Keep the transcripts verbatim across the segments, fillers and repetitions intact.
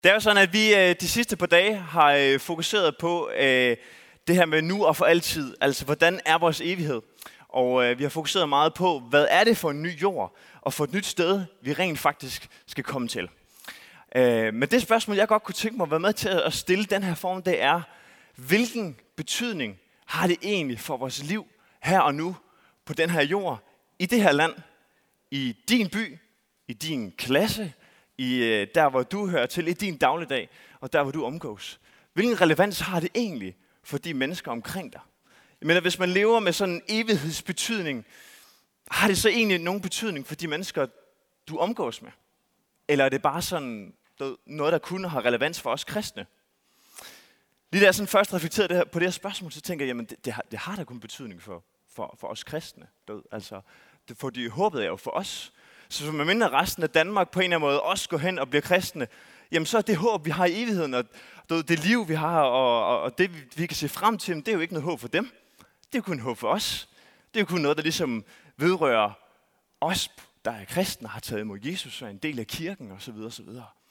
Det er jo sådan, at vi øh, de sidste par dage har øh, fokuseret på øh, det her med nu og for altid. Altså, hvordan er vores evighed? Og øh, vi har fokuseret meget på, hvad er det for en ny jord og for et nyt sted, vi rent faktisk skal komme til. Øh, men det spørgsmål, jeg godt kunne tænke mig at være med til at stille den her form, det er, hvilken betydning har det egentlig for vores liv her og nu på den her jord, i det her land, i din by, i din klasse, i der, hvor du hører til, i din dagligdag, og der, hvor du omgås. Hvilken relevans har det egentlig for de mennesker omkring dig? Jeg mener, hvis man lever med sådan en evighedsbetydning, har det så egentlig nogen betydning for de mennesker, du omgås med? Eller er det bare sådan noget, der kun har relevans for os kristne? Lige da jeg sådan først reflekterede det her, på det her spørgsmål, så tænker jeg, jamen det, det, har, det har da kun betydning for, for, for os kristne. Altså, det, fordi håbet er jo for os. Så hvis man mindre resten af Danmark på en eller anden måde også går hen og bliver kristne, jamen så er det håb, vi har i evigheden, og det liv, vi har, og, og, og det, vi kan se frem til, det er jo ikke noget håb for dem. Det er jo kun håb for os. Det er jo kun noget, der ligesom vedrører os, der er kristne, har taget imod Jesus og er en del af kirken osv. osv.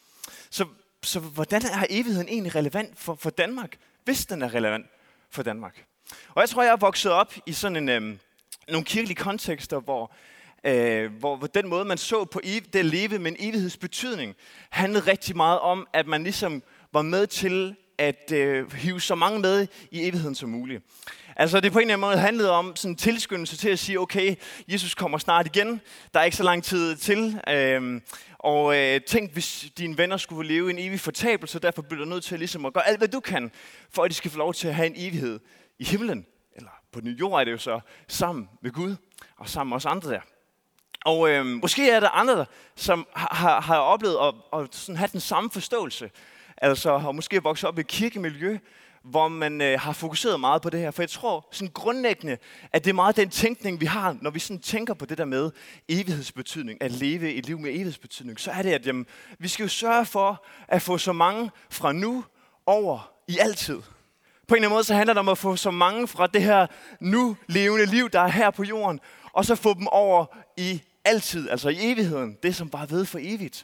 Så, så hvordan er evigheden egentlig relevant for, for Danmark, hvis den er relevant for Danmark? Og jeg tror, jeg er vokset op i sådan en, øhm, nogle kirkelige kontekster, hvor Øh, hvor, hvor den måde, man så på ev- det at leve med en evighedsbetydning, handlede rigtig meget om, at man ligesom var med til at øh, hive så mange med i evigheden som muligt. Altså det på en eller anden måde handlede om sådan en tilskyndelse til at sige, okay, Jesus kommer snart igen, der er ikke så lang tid til, øh, og øh, tænk, hvis dine venner skulle leve en evig fortabelse, derfor bliver du nødt til ligesom at gøre alt, hvad du kan, for at de skal få lov til at have en evighed i himlen, eller på den jord er det jo så, sammen med Gud, og sammen med os andre der. Og øh, måske er der andre, som har, har oplevet at, at sådan have den samme forståelse. Altså har måske vokset op i et kirkemiljø, hvor man øh, har fokuseret meget på det her. For jeg tror sådan grundlæggende, at det er meget den tænkning, vi har, når vi sådan tænker på det der med evighedsbetydning, at leve et liv med evighedsbetydning. Så er det, at jamen, vi skal jo sørge for at få så mange fra nu over i altid. På en eller anden måde så handler det om at få så mange fra det her nu levende liv, der er her på jorden, og så få dem over i altid, altså i evigheden, det som bare ved for evigt.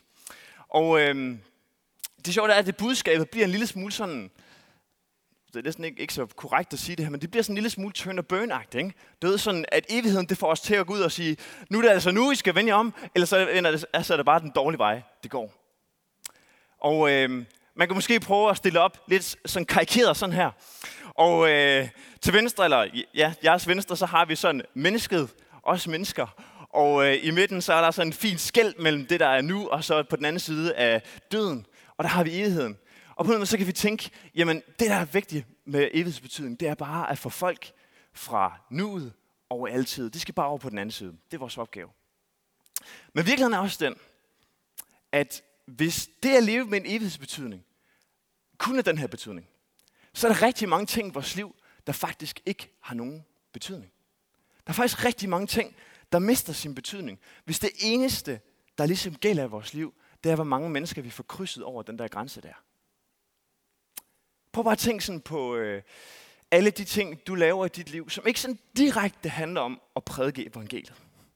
Og øhm, det sjove er, at det budskabet bliver en lille smule sådan, det er næsten ikke, ikke så korrekt at sige det her, men det bliver sådan en lille smule turn og burn-agtigt, ikke? Det er sådan, at evigheden, det får os til at gå ud og sige, nu er det altså nu, I skal vende jer om, eller så er det, altså er det bare den dårlige vej, det går. Og øhm, man kan måske prøve at stille op lidt sådan karikeret sådan her. Og øh, til venstre, eller ja, jeres venstre, så har vi sådan mennesket, os mennesker. Og øh, i midten, så er der sådan en fin skel mellem det, der er nu, og så på den anden side af døden. Og der har vi evigheden. Og på den måde, så kan vi tænke, jamen det, der er vigtigt med evighedsbetydning, det er bare at få folk fra nuet over altid. De skal bare over på den anden side. Det er vores opgave. Men virkeligheden er også den, at hvis det at leve med en evighedsbetydning kun er den her betydning, så er der rigtig mange ting i vores liv, der faktisk ikke har nogen betydning. Der er faktisk rigtig mange ting, der mister sin betydning. Hvis det eneste, der ligesom gælder i vores liv, det er, hvor mange mennesker vi får krydset over den der grænse der. Prøv bare at tænke sådan på øh, alle de ting, du laver i dit liv, som ikke sådan direkte handler om at prædike evangeliet.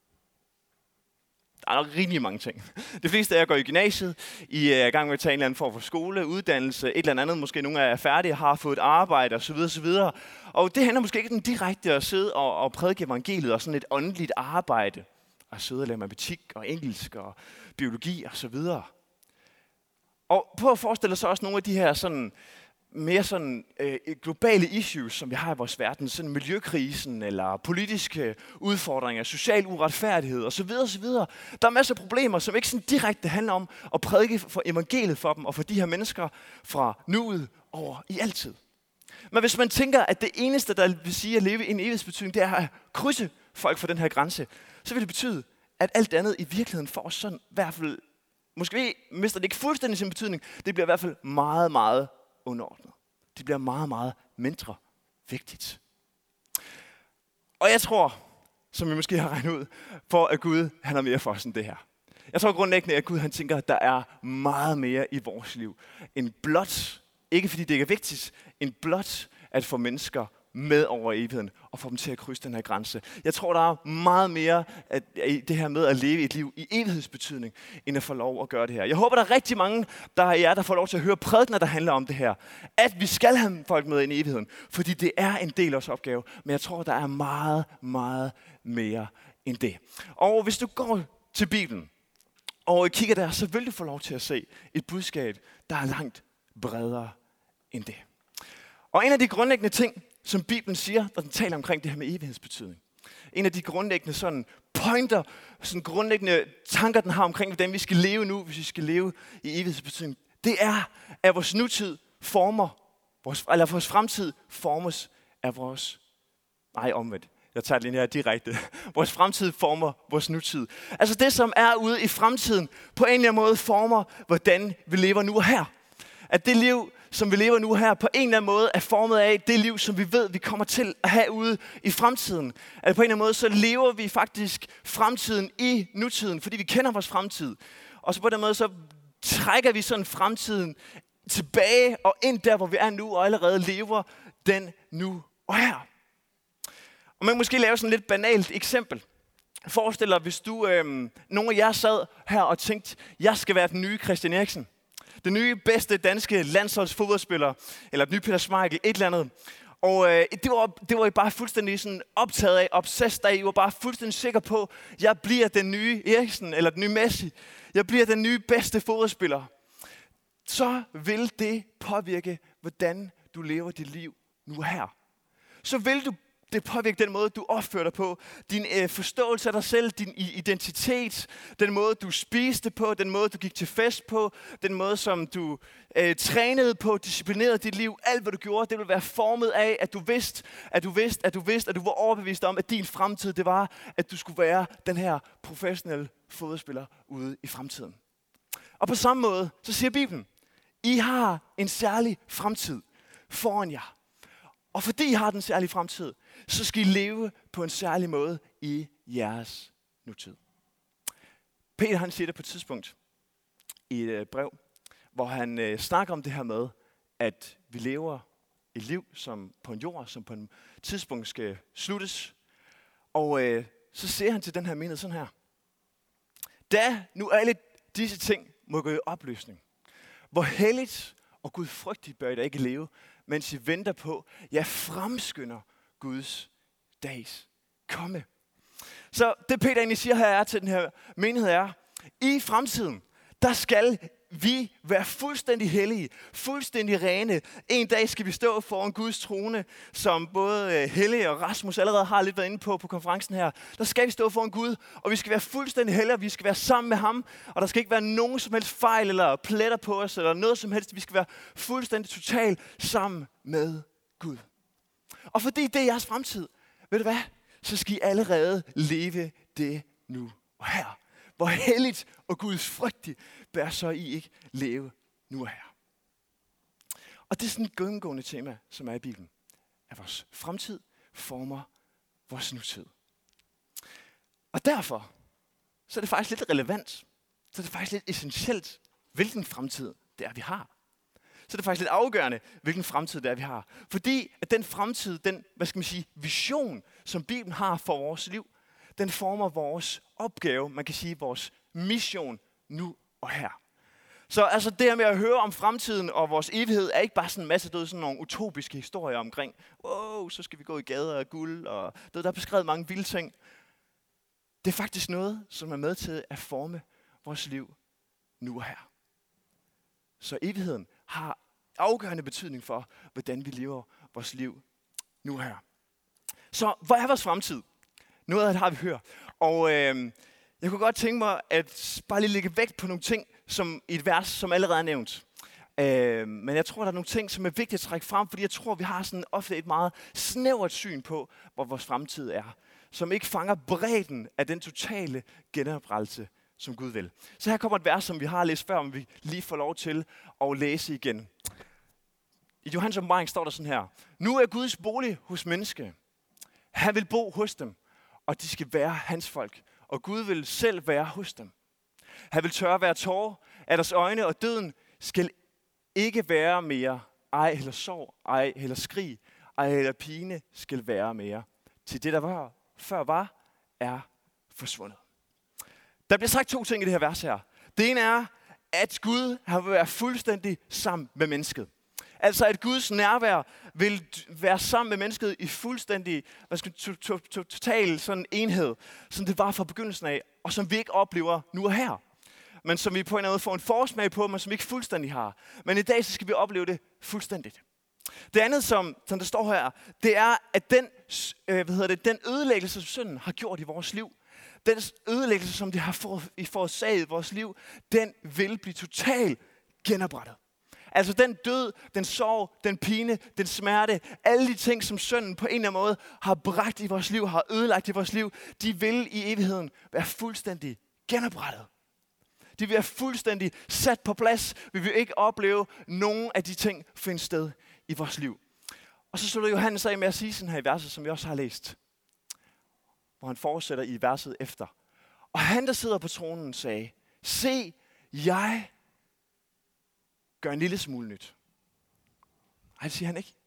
Der er nok rigtig mange ting. De fleste af jer går i gymnasiet, I er i gang med at tage en eller anden form for skole, uddannelse, et eller andet, måske nogle af jer er færdige, har fået et arbejde osv. osv. Og det handler måske ikke sådan direkte at sidde og, og prædike evangeliet og sådan et åndeligt arbejde. At sidde og lave matematik og engelsk og biologi osv. Og prøv at forestille dig så også nogle af de her sådan mere sådan øh, globale issues, som vi har i vores verden, sådan miljøkrisen eller politiske udfordringer, social uretfærdighed osv. osv. Der er masser af problemer, som ikke sådan direkte handler om at prædike for evangeliet for dem og for de her mennesker fra nuet over i altid. Men hvis man tænker, at det eneste, der vil sige at leve i en evighedsbetydning, det er at krydse folk for den her grænse, så vil det betyde, at alt andet i virkeligheden får sådan i hvert fald, måske mister det ikke fuldstændig sin betydning, det bliver i hvert fald meget, meget underordnet. Det bliver meget, meget mindre vigtigt. Og jeg tror, som vi måske har regnet ud, for at Gud han har mere for os end det her. Jeg tror grundlæggende, at Gud han tænker, at der er meget mere i vores liv, end blot, ikke fordi det ikke er vigtigt, end blot at få mennesker med over evigheden, og få dem til at krydse den her grænse. Jeg tror, der er meget mere at, i det her med at leve et liv i evighedsbetydning, end at få lov at gøre det her. Jeg håber, der er rigtig mange, der er jer, der får lov til at høre prædikener, der handler om det her. At vi skal have folk med ind i evigheden, fordi det er en del af vores opgave. Men jeg tror, der er meget, meget mere end det. Og hvis du går til Bibelen, og kigger der, så vil du få lov til at se et budskab, der er langt bredere end det. Og en af de grundlæggende ting, som Bibelen siger, når den taler omkring det her med evighedsbetydning. En af de grundlæggende sådan pointer, sådan grundlæggende tanker, den har omkring, hvordan vi skal leve nu, hvis vi skal leve i evighedsbetydning, det er, at vores nutid former, vores, eller vores fremtid formes af vores, nej omvendt, jeg tager det lige her direkte, vores fremtid former vores nutid. Altså det, som er ude i fremtiden, på en eller anden måde former, hvordan vi lever nu og her. At det liv, som vi lever nu her, på en eller anden måde er formet af det liv, som vi ved, vi kommer til at have ude i fremtiden. At på en eller anden måde, så lever vi faktisk fremtiden i nutiden, fordi vi kender vores fremtid. Og så på den måde, så trækker vi sådan fremtiden tilbage og ind der, hvor vi er nu, og allerede lever den nu og her. Og man kan måske lave sådan et lidt banalt eksempel. Forestil dig, hvis du, øhm, nogle af jer sad her og tænkte, jeg skal være den nye Christian Eriksen. Den nye bedste danske landsholdsfodboldspiller, eller den nye Peter Schmeichel, et eller andet. Og øh, det, var, det var I bare fuldstændig sådan optaget af, obsessed af. I var bare fuldstændig sikker på, jeg bliver den nye Eriksen, eller den nye Messi. Jeg bliver den nye bedste fodboldspiller. Så vil det påvirke, hvordan du lever dit liv nu her. Så vil du det påvirker den måde, du opfører dig på, din øh, forståelse af dig selv, din identitet, den måde, du spiste på, den måde, du gik til fest på, den måde, som du øh, trænede på, disciplinerede dit liv. Alt, hvad du gjorde, det vil være formet af, at du vidste, at du vidste, at du vidste, at du var overbevist om, at din fremtid, det var, at du skulle være den her professionelle fodboldspiller ude i fremtiden. Og på samme måde, så siger Bibelen, I har en særlig fremtid foran jer. Og fordi I har den særlige fremtid, så skal I leve på en særlig måde i jeres nutid. Peter han siger det på et tidspunkt i et brev, hvor han øh, snakker om det her med, at vi lever et liv som på en jord, som på et tidspunkt skal sluttes. Og øh, så siger han til den her menighed sådan her. Da nu alle disse ting må gå i opløsning, hvor helligt og gudfrygtigt bør I da ikke leve, mens I venter på, ja, fremskynder Guds dags komme. Så det Peter egentlig siger her er til den her menighed er, i fremtiden, der skal vi være fuldstændig hellige, fuldstændig rene. En dag skal vi stå foran Guds trone, som både Helle og Rasmus allerede har lidt været inde på på konferencen her. Der skal vi stå foran Gud, og vi skal være fuldstændig hellige, og vi skal være sammen med ham. Og der skal ikke være nogen som helst fejl eller pletter på os, eller noget som helst. Vi skal være fuldstændig totalt sammen med Gud. Og fordi det er jeres fremtid, ved du hvad? Så skal I allerede leve det nu og her. Hvor helligt og Guds frygtigt bør så I ikke leve nu og her. Og det er sådan et gennemgående tema, som er i Bibelen. At vores fremtid former vores nutid. Og derfor, så er det faktisk lidt relevant. Så er det faktisk lidt essentielt, hvilken fremtid det er, vi har. Så er det faktisk lidt afgørende, hvilken fremtid det er, vi har. Fordi at den fremtid, den, hvad skal man sige, vision, som Bibelen har for vores liv, den former vores opgave, man kan sige vores mission nu og her. Så altså det her med at høre om fremtiden og vores evighed, er ikke bare sådan en masse døde, sådan nogle utopiske historier omkring, wow, så skal vi gå i gader af guld, og der er beskrevet mange vilde ting. Det er faktisk noget, som er med til at forme vores liv nu og her. Så evigheden har afgørende betydning for, hvordan vi lever vores liv nu og her. Så hvad er vores fremtid? Noget af det har vi hørt. Og øh, jeg kunne godt tænke mig at bare lige lægge vægt på nogle ting som i et vers, som allerede er nævnt. Øh, men jeg tror, der er nogle ting, som er vigtige at trække frem, fordi jeg tror, vi har sådan ofte et meget snævert syn på, hvor vores fremtid er. Som ikke fanger bredden af den totale genoprettelse, som Gud vil. Så her kommer et vers, som vi har læst før, men vi lige får lov til at læse igen. I Johannes åbenbaring står der sådan her. Nu er Guds bolig hos menneske. Han vil bo hos dem, og de skal være hans folk. Og Gud vil selv være hos dem. Han vil tørre hver tårer af deres øjne, og døden skal ikke være mere. Ej heller sorg, ej heller skrig, ej eller pine skal være mere. Til det, der var, før var, er forsvundet. Der bliver sagt to ting i det her vers her. Det ene er, at Gud har vil være fuldstændig sammen med mennesket. Altså at Guds nærvær vil være sammen med mennesket i fuldstændig, hvad skal to, to, to, total sådan enhed, som det var fra begyndelsen af, og som vi ikke oplever nu og her. Men som vi på en eller anden måde får en forsmag på, men som vi ikke fuldstændig har. Men i dag så skal vi opleve det fuldstændigt. Det andet, som, som der står her, det er, at den, øh, hvad hedder det, den ødelæggelse, som synden har gjort i vores liv, den ødelæggelse, som det har for, forårsaget i vores liv, den vil blive totalt genoprettet. Altså den død, den sorg, den pine, den smerte, alle de ting, som synden på en eller anden måde har bragt i vores liv, har ødelagt i vores liv, de vil i evigheden være fuldstændig genoprettet. De vil være fuldstændig sat på plads. Vi vil ikke opleve nogen af de ting finde sted i vores liv. Og så slutter Johannes af med at sige sådan her i verset, som vi også har læst. Hvor han fortsætter i verset efter. Og han, der sidder på tronen, sagde, se, jeg gør en lille smule nyt. Nej, det siger han ikke.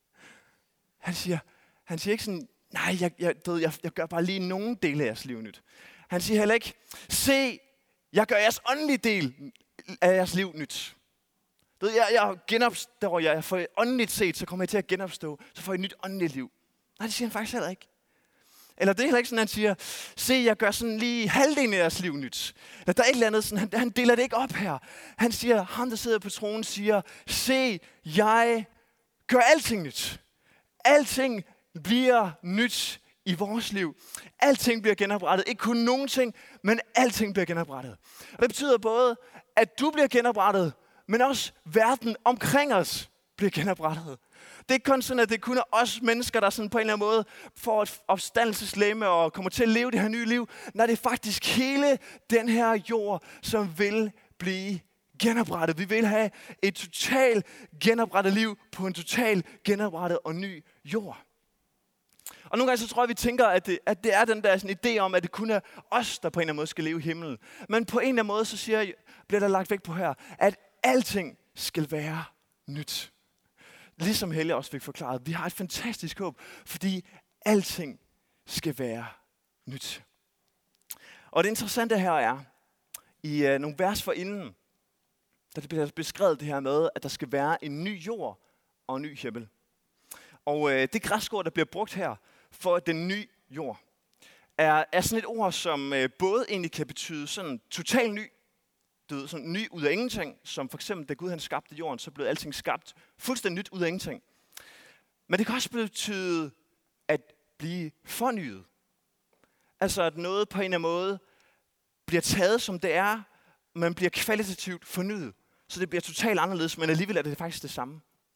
Han siger, han siger ikke sådan, nej, jeg, jeg, jeg, jeg gør bare lige nogle dele af jeres liv nyt. Han siger heller ikke, se, jeg gør jeres åndelige del af jeres liv nyt. Jeg, jeg genopstår, jeg får åndeligt set, så kommer jeg til at genopstå, så får jeg et nyt åndeligt liv. Nej, det siger han faktisk heller ikke. Eller det er heller ikke sådan, han siger, se, jeg gør sådan lige halvdelen af jeres liv nyt. Eller der er et eller andet sådan, han, han deler det ikke op her. Han siger, ham der sidder på tronen siger, se, jeg gør alting nyt. Alting bliver nyt i vores liv. Alting bliver genoprettet. Ikke kun nogen ting, men alting bliver genoprettet. Og det betyder både, at du bliver genoprettet, men også verden omkring os bliver genoprettet. Det er ikke kun sådan, at det kun er os mennesker, der sådan på en eller anden måde får et opstandelseslegeme og kommer til at leve det her nye liv. Nej, det er faktisk hele den her jord, som vil blive genoprettet. Vi vil have et totalt genoprettet liv på en totalt genoprettet og ny jord. Og nogle gange så tror jeg, vi tænker, at det, at det er den der sådan idé om, at det kun er os, der på en eller anden måde skal leve i himlen. Men på en eller anden måde, så siger jeg, bliver der lagt vægt på her, at alting skal være nyt. Ligesom Helge også fik forklaret, vi har et fantastisk håb, fordi alting skal være nyt. Og det interessante her er, i uh, nogle vers forinden, der bliver beskrevet det her med, at der skal være en ny jord og en ny himmel. Og uh, det græskord, der bliver brugt her for den nye jord, er, er sådan et ord, som uh, både egentlig kan betyde sådan total ny, du ved, sådan ny ud af ingenting, som for eksempel, da Gud han skabte jorden, så blev alting skabt fuldstændig nyt ud af ingenting. Men det kan også betyde at blive fornyet. Altså at noget på en eller anden måde bliver taget som det er, men bliver kvalitativt fornyet. Så det bliver totalt anderledes, men alligevel er det faktisk det samme.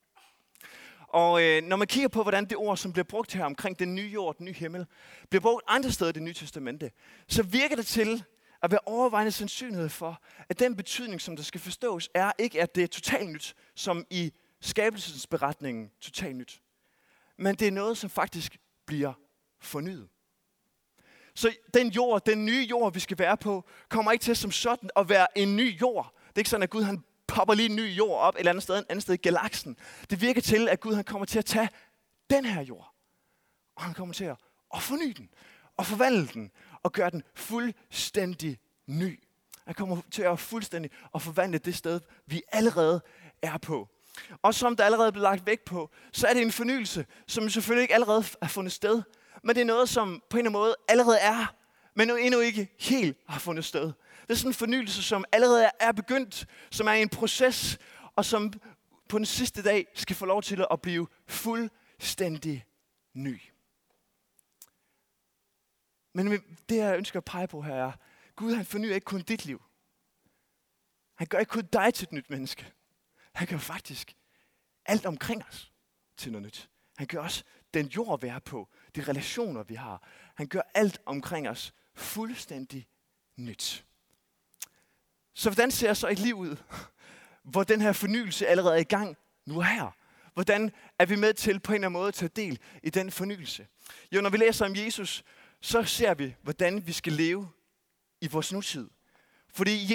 Og øh, når man kigger på, hvordan det ord, som bliver brugt her omkring den nye jord og den nye himmel, bliver brugt andre steder i det nye testamente, så virker det til at være overvejende sandsynlighed for, at den betydning, som der skal forstås, er ikke, at det er totalt nyt, som i skabelsesberetningen totalt nyt. Men det er noget, som faktisk bliver fornyet. Så den jord, den nye jord, vi skal være på, kommer ikke til som sådan at være en ny jord. Det er ikke sådan, at Gud han popper lige en ny jord op et eller andet sted, et andet sted i galaksen. Det virker til, at Gud han kommer til at tage den her jord, og han kommer til at, at forny den, og forvandle den, og gøre den fuldstændig ny. Han kommer til at fuldstændig at forvandle det sted, vi allerede er på. Og som der allerede er blevet lagt vægt på, så er det en fornyelse, som selvfølgelig ikke allerede er fundet sted, men det er noget, som på en eller anden måde allerede er, men endnu ikke helt har fundet sted. Det er sådan en fornyelse, som allerede er begyndt, som er i en proces, og som på den sidste dag skal få lov til at blive fuldstændig ny. Men det, jeg ønsker at pege på her, er, Gud han fornyer ikke kun dit liv. Han gør ikke kun dig til et nyt menneske. Han gør faktisk alt omkring os til noget nyt. Han gør også den jord, vi er på, de relationer, vi har. Han gør alt omkring os fuldstændig nyt. Så hvordan ser så et liv ud, hvor den her fornyelse allerede er i gang nu og her? Hvordan er vi med til på en eller anden måde at tage del i den fornyelse? Jo, når vi læser om Jesus, så ser vi, hvordan vi skal leve i vores nutid. Fordi Jesus,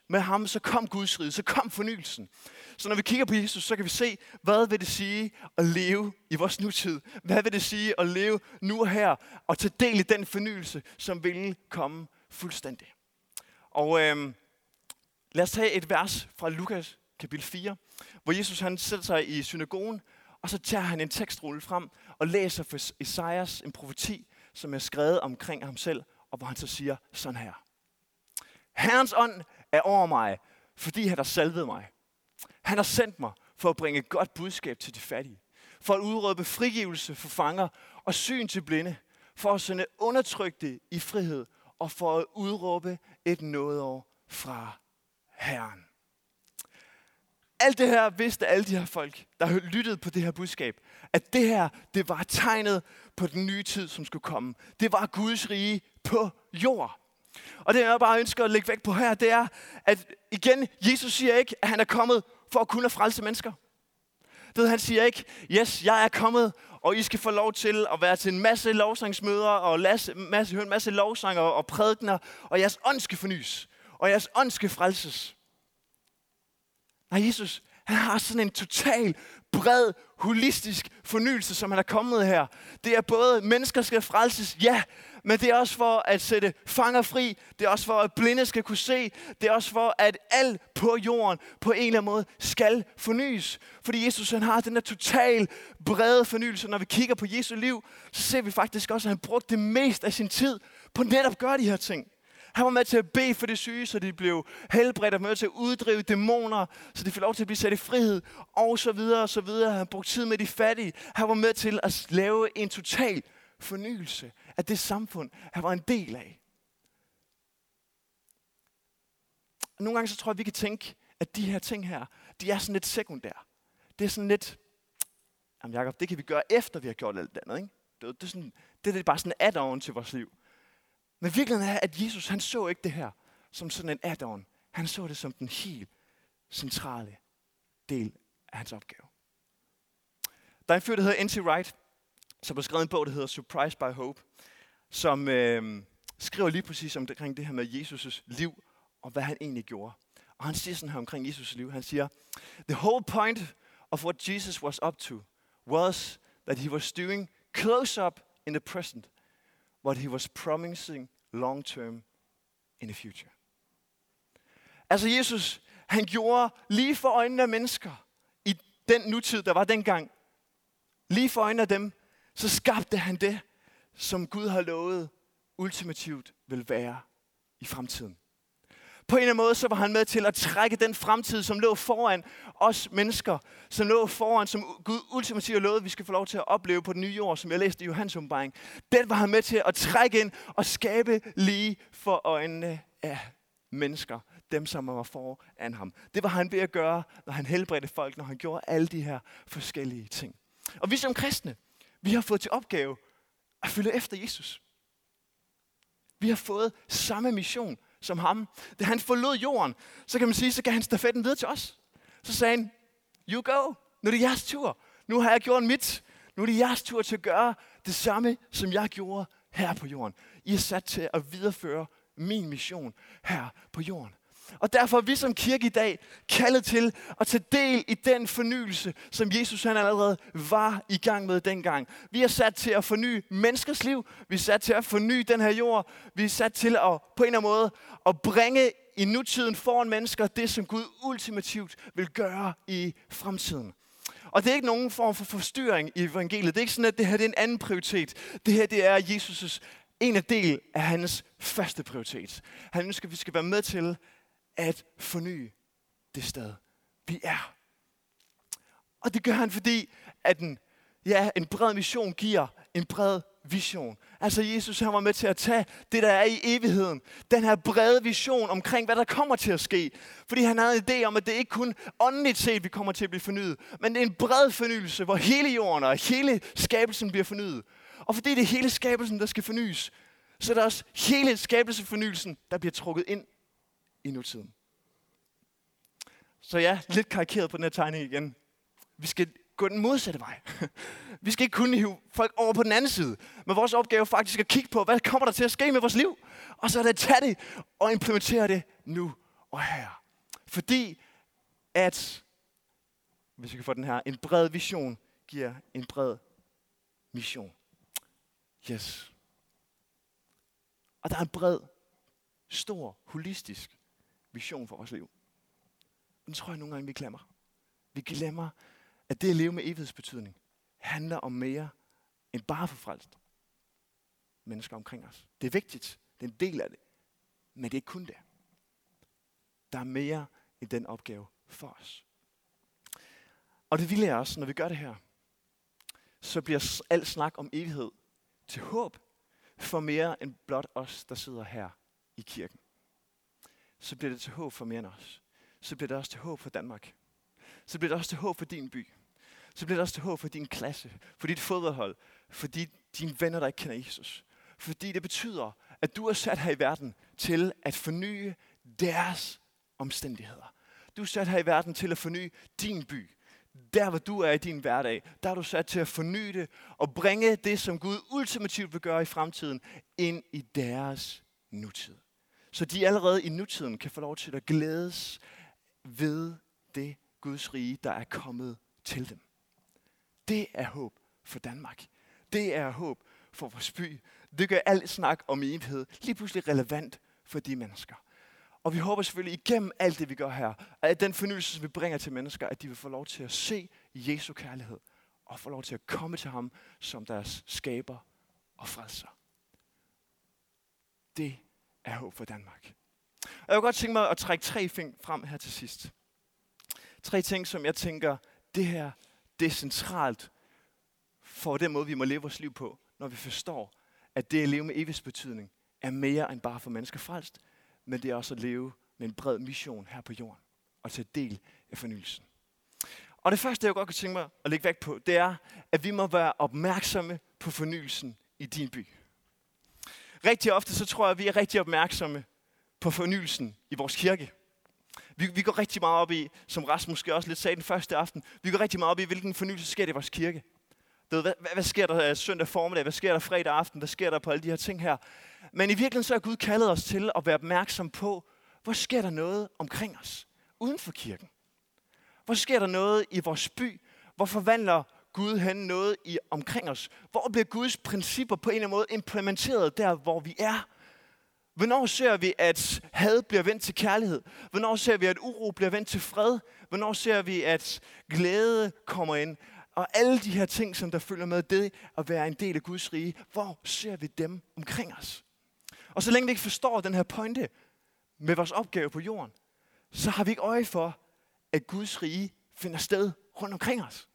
med ham, så kom Guds rige, så kom fornyelsen. Så når vi kigger på Jesus, så kan vi se, hvad vil det sige at leve i vores nutid? Hvad vil det sige at leve nu og her, og tage del i den fornyelse, som vil komme fuldstændig? Og øhm, lad os tage et vers fra Lukas kapitel fire, hvor Jesus han sætter sig i synagogen, og så tager han en tekstrulle frem og læser for Esajas en profeti, som er skrevet omkring ham selv, og hvor han så siger sådan her. Herrens ånd er over mig, fordi han har salvet mig. Han har sendt mig for at bringe et godt budskab til de fattige, for at udråbe frigivelse for fanger og syn til blinde, for at sende undertrykte i frihed og for at udråbe et nådeår fra Herren. Alt det her vidste alle de her folk, der havde lyttet på det her budskab, at det her, det var tegnet på den nye tid, som skulle komme. Det var Guds rige på jord. Og det jeg bare ønsker at lægge vægt på her, det er, at igen, Jesus siger ikke, at han er kommet for at kunne frelse mennesker. Det han siger ikke, yes, jeg er kommet, og I skal få lov til at være til en masse lovsangsmøder, og masse, masse, høre en masse lovsanger og prædikener, og jeres ånd skal fornyes, og jeres ånd skal frelses. Nej, Jesus, han har sådan en total, bred, holistisk fornyelse, som han er kommet her. Det er både, mennesker skal frelses, ja, men det er også for at sætte fanger fri. Det er også for, at blinde skal kunne se. Det er også for, at alt på jorden på en eller anden måde skal fornyes. Fordi Jesus han har den der total, brede fornyelse. Når vi kigger på Jesu liv, så ser vi faktisk også, at han brugte det mest af sin tid på netop at gøre de her ting. Han var med til at bede for de syge, så de blev helbredt, og med til at uddrive dæmoner, så de fik lov til at blive sat i frihed, og så videre, og så videre. Han brugte tid med de fattige. Han var med til at lave en total fornyelse af det samfund, han var en del af. Nogle gange så tror jeg, vi kan tænke, at de her ting her, de er sådan lidt sekundære. Det er sådan lidt, jamen Jacob, det kan vi gøre efter, vi har gjort alt det andet, ikke? Det, det, er sådan, det er bare sådan en add-on til vores liv. Men virkeligheden er, at Jesus han så ikke det her som sådan en add-on. Han så det som den helt centrale del af hans opgave. Der er en fyr, der hedder N T Wright, som har skrevet en bog, der hedder Surprised by Hope, som øh, skriver lige præcis omkring det her med Jesus' liv, og hvad han egentlig gjorde. Og han siger sådan her omkring Jesus' liv. Han siger, the whole point of what Jesus was up to was that he was doing close up in the present what he was promising long term in the future. Altså Jesus, han gjorde lige for øjnene af mennesker, i den nutid, der var dengang, lige for øjnene af dem, så skabte han det, som Gud har lovet ultimativt vil være i fremtiden. På en eller anden måde, så var han med til at trække den fremtid, som lå foran os mennesker, som lå foran, som Gud ultimativt lovede, vi skal få lov til at opleve på den nye jord, som jeg læste i Johannes åbenbaring. Den var han med til at trække ind og skabe lige for øjnene af mennesker, dem som var foran ham. Det var han ved at gøre, når han helbredte folk, når han gjorde alle de her forskellige ting. Og vi som kristne, vi har fået til opgave at følge efter Jesus. Vi har fået samme mission som ham. Da han forlod jorden, så kan man sige, så gav han stafetten videre til os. Så sagde han, you go, nu er det jeres tur. Nu har jeg gjort mit. Nu er det jeres tur til at gøre det samme, som jeg gjorde her på jorden. I er sat til at videreføre min mission her på jorden. Og derfor er vi som kirke i dag kaldet til at tage del i den fornyelse, som Jesus han allerede var i gang med dengang. Vi er sat til at forny menneskers liv. Vi er sat til at forny den her jord. Vi er sat til at på en eller anden måde at bringe i nutiden foran mennesker det, som Gud ultimativt vil gøre i fremtiden. Og det er ikke nogen form for forstyrring i evangeliet. Det er ikke sådan, at det her det er en anden prioritet. Det her det er Jesus' en af del af hans første prioritet. Han ønsker, at vi skal være med til at forny det sted, vi er. Og det gør han, fordi at en, ja, en bred mission giver en bred vision. Altså Jesus, han var med til at tage det, der er i evigheden. Den her brede vision omkring, hvad der kommer til at ske. Fordi han havde en idé om, at det ikke kun åndeligt set, vi kommer til at blive fornyet. Men det er en bred fornyelse, hvor hele jorden og hele skabelsen bliver fornyet. Og fordi det er hele skabelsen, der skal fornyes, så er der også hele skabelsefornyelsen, der bliver trukket ind i nutiden. Så ja, lidt karikeret på den her tegning igen. Vi skal gå den modsatte vej. Vi skal ikke kunne hive folk over på den anden side. Men vores opgave er faktisk at kigge på, hvad kommer der til at ske med vores liv? Og så er det at tage det og implementere det nu og her. Fordi at, hvis vi kan få den her, en bred vision giver en bred mission. Yes. Og der er en bred, stor, holistisk vision for vores liv. Den tror jeg nogle gange, vi glemmer. Vi glemmer, at det at leve med evighedsbetydning handler om mere end bare for frelst mennesker omkring os. Det er vigtigt. Det er en del af det. Men det er ikke kun det. Der er mere end den opgave for os. Og det vil jeg også, når vi gør det her, så bliver al snak om evighed til håb for mere end blot os, der sidder her i kirken. Så bliver det til håb for mere end os. Så bliver det også til håb for Danmark. Så bliver det også til håb for din by. Så bliver det også til håb for din klasse, for dit fodboldhold, for de, dine venner, der ikke kender Jesus. Fordi det betyder, at du er sat her i verden til at forny deres omstændigheder. Du er sat her i verden til at forny din by. Der, hvor du er i din hverdag, der er du sat til at forny det og bringe det, som Gud ultimativt vil gøre i fremtiden, ind i deres nutid. Så de allerede i nutiden kan få lov til at glædes ved det Guds rige, der er kommet til dem. Det er håb for Danmark. Det er håb for vores by. Det gør alt snak om evighed lige pludselig relevant for de mennesker. Og vi håber selvfølgelig igennem alt det, vi gør her, at den fornyelse, som vi bringer til mennesker, at de vil få lov til at se Jesu kærlighed og få lov til at komme til ham som deres skaber og frelser. Det er håb for Danmark. Og jeg vil godt tænke mig at trække tre ting frem her til sidst. Tre ting, som jeg tænker, det her, det er centralt for den måde, vi må leve vores liv på, når vi forstår, at det at leve med evighedsbetydning er mere end bare for mennesker frelst, men det er også at leve med en bred mission her på jorden og tage del af fornyelsen. Og det første, jeg godt kan tænke mig at lægge vægt på, det er, at vi må være opmærksomme på fornyelsen i din by. Rigtig ofte, så tror jeg, at vi er rigtig opmærksomme på fornyelsen i vores kirke. Vi, vi går rigtig meget op i, som Rasmus måske også lidt sagde den første aften, vi går rigtig meget op i, hvilken fornyelse sker der i vores kirke. Hvad, hvad, hvad sker der søndag formiddag? Hvad sker der fredag aften? Hvad sker der på alle de her ting her? Men i virkeligheden så har Gud kaldet os til at være opmærksom på, hvor sker der noget omkring os, uden for kirken? Hvor sker der noget i vores by? Hvor forvandler Gud hen noget i, omkring os? Hvor bliver Guds principper på en eller anden måde implementeret der, hvor vi er? Hvornår ser vi, at had bliver vendt til kærlighed? Hvornår ser vi, at uro bliver vendt til fred? Hvornår ser vi, at glæde kommer ind? Og alle de her ting, som der følger med det at være en del af Guds rige, hvor ser vi dem omkring os? Og så længe vi ikke forstår den her pointe med vores opgave på jorden, så har vi ikke øje for, at Guds rige finder sted rundt omkring os.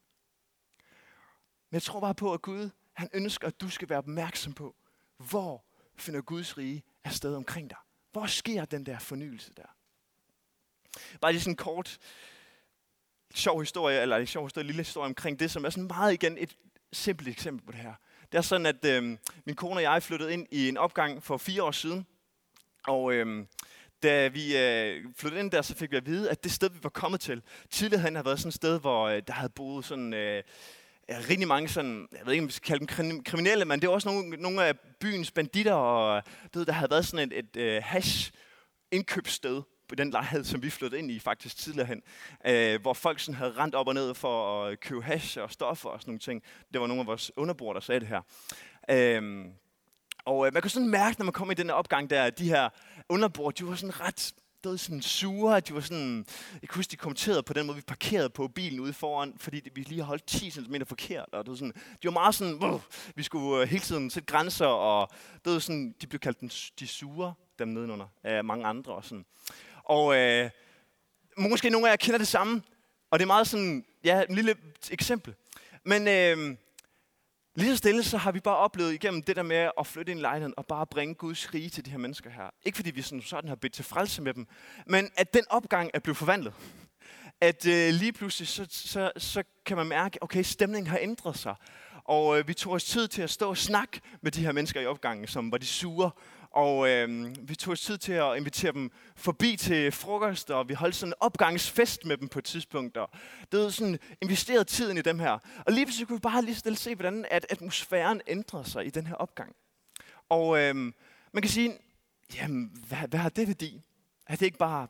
Men jeg tror bare på, at Gud, han ønsker, at du skal være opmærksom på, hvor finder Guds rige af sted omkring dig. Hvor sker den der fornyelse der? Bare lige sådan en kort, sjov historie, eller en sjov historie, en lille historie omkring det, som er sådan meget igen et simpelt eksempel på det her. Det er sådan, at øh, min kone og jeg flyttede ind i en opgang for fire år siden. Og øh, da vi øh, flyttede ind der, så fik vi at vide, at det sted, vi var kommet til, tidligere havde været sådan et sted, hvor øh, der havde boet sådan... Øh, rigtig mange sådan, jeg ved ikke, om vi skal kalde dem kriminelle, men det er også nogle, nogle af byens banditter, og du ved, der havde været sådan et, et uh, hash-indkøbssted på den lejlighed, som vi flyttede ind i faktisk tidligere hen, uh, hvor folk sådan havde rendt op og ned for at købe hash og stoffer og sådan nogle ting. Det var nogle af vores underboere, der sagde det her. Uh, og uh, man kunne sådan mærke, når man kom i den her opgang der, at de her underboere, de var sådan ret... Det var sådan sure, de var sådan, jeg kunne huske, de kommenterede på den måde, vi parkerede på bilen ude foran, fordi vi lige holdt ti centimeter forkert, og det var sådan, de var meget sådan, wow, vi skulle hele tiden sætte grænser, og det var sådan, de blev kaldt den, de sure, dem nedenunder, af mange andre og sådan. Og øh, måske nogle af jer kender det samme, og det er meget sådan, ja, en lille eksempel. Men øh, lige så stille, så har vi bare oplevet igennem det der med at flytte ind i lejligheden og bare bringe Guds rige til de her mennesker her. Ikke fordi vi sådan, sådan har bedt til frelse med dem, men at den opgang er blevet forvandlet. At øh, lige pludselig, så, så, så kan man mærke, okay, stemningen har ændret sig. Og øh, vi tog os tid til at stå og snakke med de her mennesker i opgangen, som var de sure. Og øh, vi tog os tid til at invitere dem forbi til frokost, og vi holdt sådan en opgangsfest med dem på et tidspunkt. Og det var sådan investeret tiden i dem her. Og lige pludselig kunne vi bare lige stille se, hvordan at atmosfæren ændrede sig i den her opgang. Og øh, man kan sige, jamen, hvad, hvad har det værdi? Er det ikke bare pff,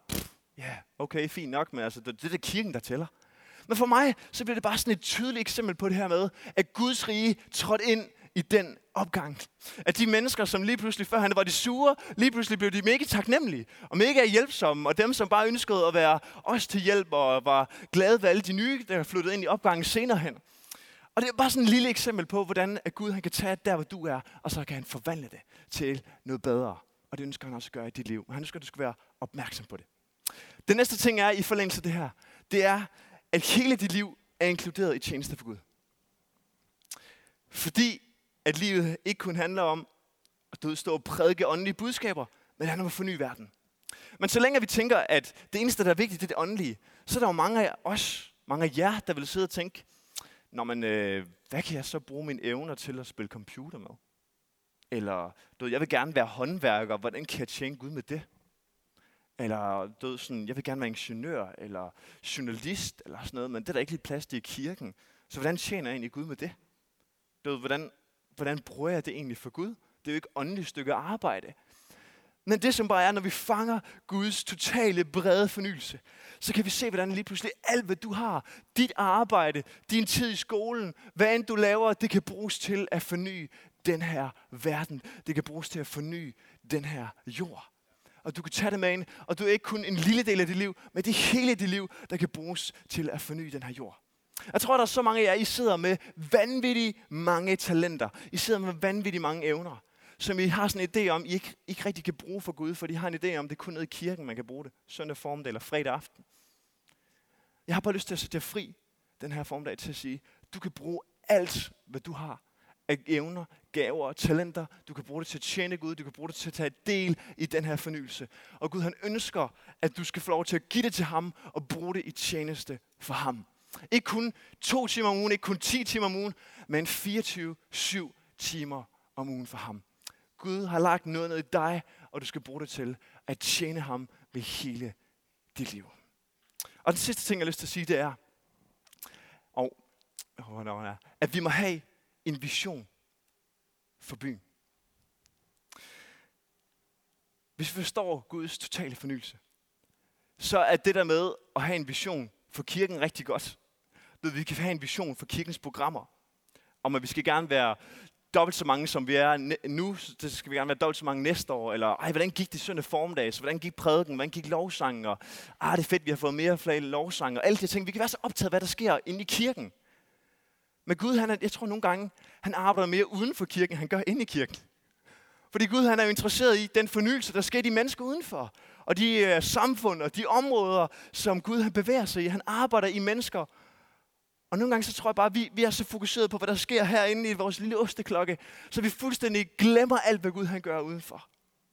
Ja, yeah, okay, fint nok, men altså, det, det er det kirken, der tæller. Men for mig, så bliver det bare sådan et tydeligt eksempel på det her med, at Guds rige trådte ind i den opgang. At de mennesker, som lige pludselig før han var de sure, lige pludselig blev de mega taknemmelige og mega hjælpsomme. Og dem, som bare ønskede at være os til hjælp og var glade ved alle de nye, der flyttede ind i opgangen senere hen. Og det er bare sådan et lille eksempel på, hvordan at Gud han kan tage der, hvor du er, og så kan han forvandle det til noget bedre. Og det ønsker han også at gøre i dit liv. Men han ønsker, at du skal være opmærksom på det. Den næste ting er i forlængelse af det her, det er, at hele dit liv er inkluderet i tjeneste for Gud. Fordi at livet ikke kun handler om at du stå og prædike åndelige budskaber, men det handler om at forny verden. Men så længe vi tænker, at det eneste, der er vigtigt, det er det åndelige, så er der jo mange af os, mange af jer, der vil sidde og tænke, Nå, men, øh, hvad kan jeg så bruge mine evner til at spille computer med? Eller, du ved, jeg vil gerne være håndværker, hvordan kan jeg tjene Gud med det? Eller, du ved, sådan, jeg vil gerne være ingeniør, eller journalist, eller sådan noget, men det er der ikke lige plads til i kirken. Så hvordan tjener jeg egentlig Gud med det? Du ved, hvordan, hvordan bruger jeg det egentlig for Gud? Det er jo ikke åndeligt stykke arbejde. Men det som bare er, når vi fanger Guds totale brede fornyelse, så kan vi se, hvordan lige pludselig alt, hvad du har, dit arbejde, din tid i skolen, hvad end du laver, det kan bruges til at forny den her verden. Det kan bruges til at forny den her jord. Og du kan tage det med ind, og du er ikke kun en lille del af dit liv, men det er hele dit liv, der kan bruges til at forny den her jord. Jeg tror, der er så mange af jer, I sidder med vanvittigt mange talenter. I sidder med vanvittigt mange evner, som I har sådan en idé om, I ikke, ikke rigtig kan bruge for Gud, for I har en idé om, det er kun nede i kirken, man kan bruge det. Søndag formiddag eller fredag aften. Jeg har bare lyst til at sætte jer fri den her formiddag til at sige, du kan bruge alt, hvad du har af evner, gaver og talenter. Du kan bruge det til at tjene Gud, du kan bruge det til at tage del i den her fornyelse. Og Gud han ønsker, at du skal få lov til at give det til ham og bruge det i tjeneste for ham. Ikke kun to timer om ugen, ikke kun ti timer om ugen, men fireogtyve syv timer om ugen for ham. Gud har lagt noget ned i dig, og du skal bruge det til at tjene ham med hele dit liv. Og den sidste ting, jeg har lyst til at sige, det er, og, at vi må have en vision for byen. Hvis vi forstår Guds totale fornyelse, så er det der med at have en vision for kirken rigtig godt. Vi kan have en vision for kirkens programmer, om at vi skal gerne være dobbelt så mange, som vi er nu, så skal vi gerne være dobbelt så mange næste år, eller ej, hvordan gik det søndag formiddag, så hvordan gik prædiken, hvordan gik lovsangen, og ah, det er fedt, vi har fået mere flere lovsange, og alle de ting. Vi kan være så optaget af, hvad der sker inde i kirken. Men Gud, han er, jeg tror nogle gange, han arbejder mere uden for kirken, han gør inde i kirken. Fordi Gud, han er jo interesseret i den fornyelse, der sker i de mennesker udenfor, og de uh, samfund og de områder, som Gud han bevæger sig i. Han arbejder i mennesker. Og nogle gange så tror jeg bare, at vi, vi er så fokuseret på, hvad der sker herinde i vores lille osteklokke, så vi fuldstændig glemmer alt, hvad Gud han gør udenfor.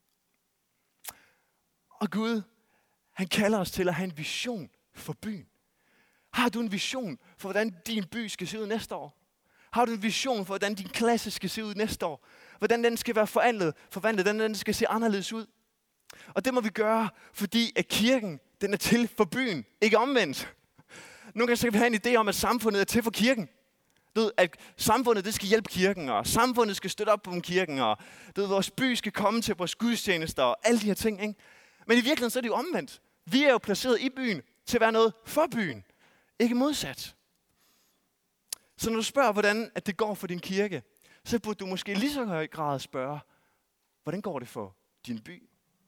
Og Gud, han kalder os til at have en vision for byen. Har du en vision for, hvordan din by skal se ud næste år? Har du en vision for, hvordan din klasse skal se ud næste år? Hvordan den skal være forvandlet, forvandlet, hvordan den skal se anderledes ud? Og det må vi gøre, fordi at kirken, den er til for byen, ikke omvendt. Nogle gange så kan vi have en idé om, at samfundet er til for kirken. Du ved, at samfundet det skal hjælpe kirken, og samfundet skal støtte op om kirken, og du ved, vores by skal komme til vores gudstjenester, og alle de her ting. Ikke? Men i virkeligheden så er det jo omvendt. Vi er jo placeret i byen til at være noget for byen, ikke modsat. Så når du spørger, hvordan at det går for din kirke, så burde du måske lige så høj grad spørge, hvordan går det for din by?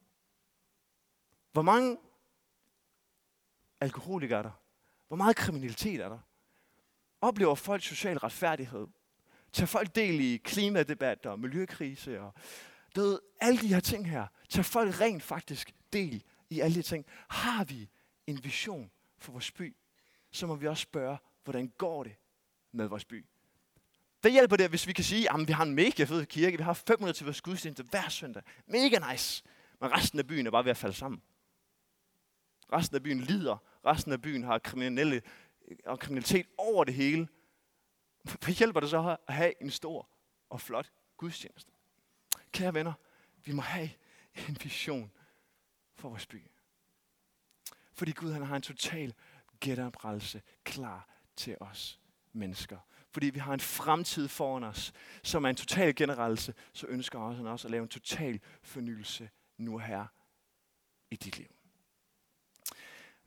Hvor mange alkoholikere er der? Hvor meget kriminalitet er der? Oplever folk social retfærdighed? Tager folk del i klimadebat og miljøkrise? Og du ved, alle de her ting her. Tager folk rent faktisk del i alle de ting? Har vi en vision for vores by, så må vi også spørge, hvordan går det med vores by? Det hjælper det, hvis vi kan sige, at vi har en mega fed kirke. Vi har fem hundrede til vores gudstjeneste hver søndag. Mega nice. Men resten af byen er bare ved at falde sammen. Resten af byen lider. Resten af byen har kriminelle og kriminalitet over det hele. Hvad hjælper det så at have en stor og flot gudstjeneste? Kære venner, vi må have en vision for vores by. Fordi Gud han har en total genoprettelse klar til os mennesker. Fordi vi har en fremtid foran os, som er en total genoprettelse, så ønsker han også at lave en total fornyelse nu her i dit liv.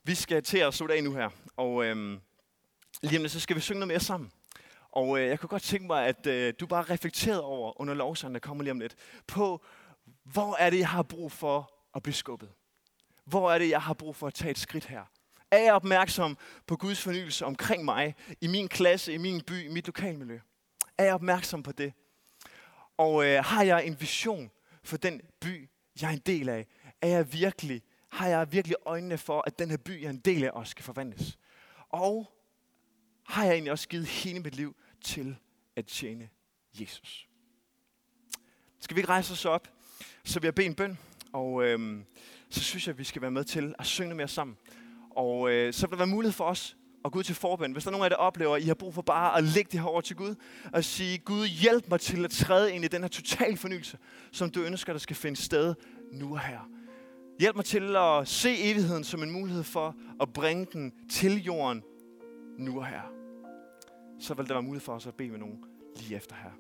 Vi skal til at slutte af nu her, og øhm, lige om lidt, så skal vi synge noget mere sammen. Og øh, jeg kunne godt tænke mig, at øh, du bare reflekterede over, under lovsangen, der kommer lige om lidt, på, hvor er det, jeg har brug for at blive skubbet? Hvor er det, jeg har brug for at tage et skridt her? Er jeg opmærksom på Guds fornyelse omkring mig, i min klasse, i min by, i mit lokalmiljø? Er jeg opmærksom på det? Og øh, har jeg en vision for den by, jeg er en del af? Er jeg virkelig, har jeg virkelig øjnene for, at den her by, jeg er en del af, også skal forvandles? Og har jeg egentlig også givet hele mit liv til at tjene Jesus? Skal vi ikke rejse os op, så vil jeg bede en bøn, og øhm, så synes jeg, at vi skal være med til at synge mere sammen. Og øh, så vil der være mulighed for os at gå ud til forbøn. Hvis der er nogen af jer, der oplever, at I har brug for bare at lægge det her over til Gud, og sige, Gud, hjælp mig til at træde ind i den her totale fornyelse, som du ønsker, der skal finde sted nu og her. Hjælp mig til at se evigheden som en mulighed for at bringe den til jorden nu og her. Så vil der være mulighed for os at bede med nogen lige efter her.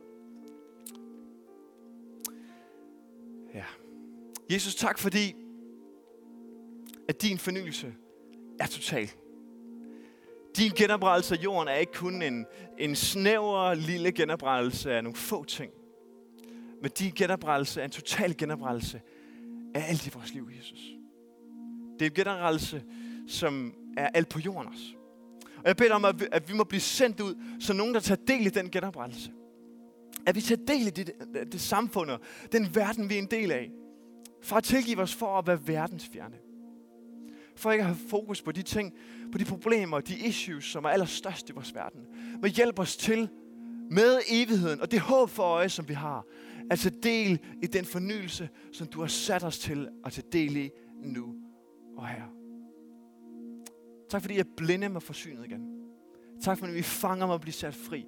Ja. Jesus, tak fordi, at din fornyelse er total. Din genoprettelse af jorden er ikke kun en, en snæver, lille genoprettelse af nogle få ting. Men din genoprettelse er en total genoprettelse af alt i vores liv, Jesus. Det er en genoprettelse, som er alt på jorden også. Og jeg beder om, at vi, at vi må blive sendt ud, så nogen, der tager del i den genoprettelse. At vi tager del i det, det, det samfund og den verden, vi er en del af. For at tilgive os for at være verdensfjerne. For ikke at have fokus på de ting, på de problemer og de issues, som er allerstørst i vores verden. Men hjælp os til med evigheden og det håb for øje, som vi har. At tage del i den fornyelse, som du har sat os til at tage del i nu og her. Tak fordi jeg blinde mig for synet igen. Tak fordi vi fanger mig at blive sat fri.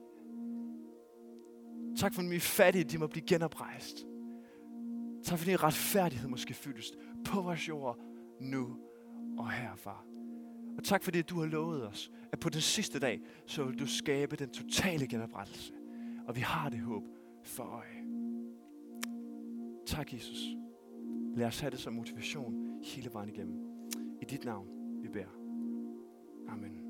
Tak fordi vi fattige, de må blive genoprejst. Tak fordi retfærdighed måske fyldes på vores jord nu og her, far. Og tak fordi du har lovet os, at på den sidste dag, så vil du skabe den totale genoprettelse. Og vi har det håb for øje. Tak, Jesus. Lad os have det som motivation hele vejen igennem. I dit navn, vi beder. Amen.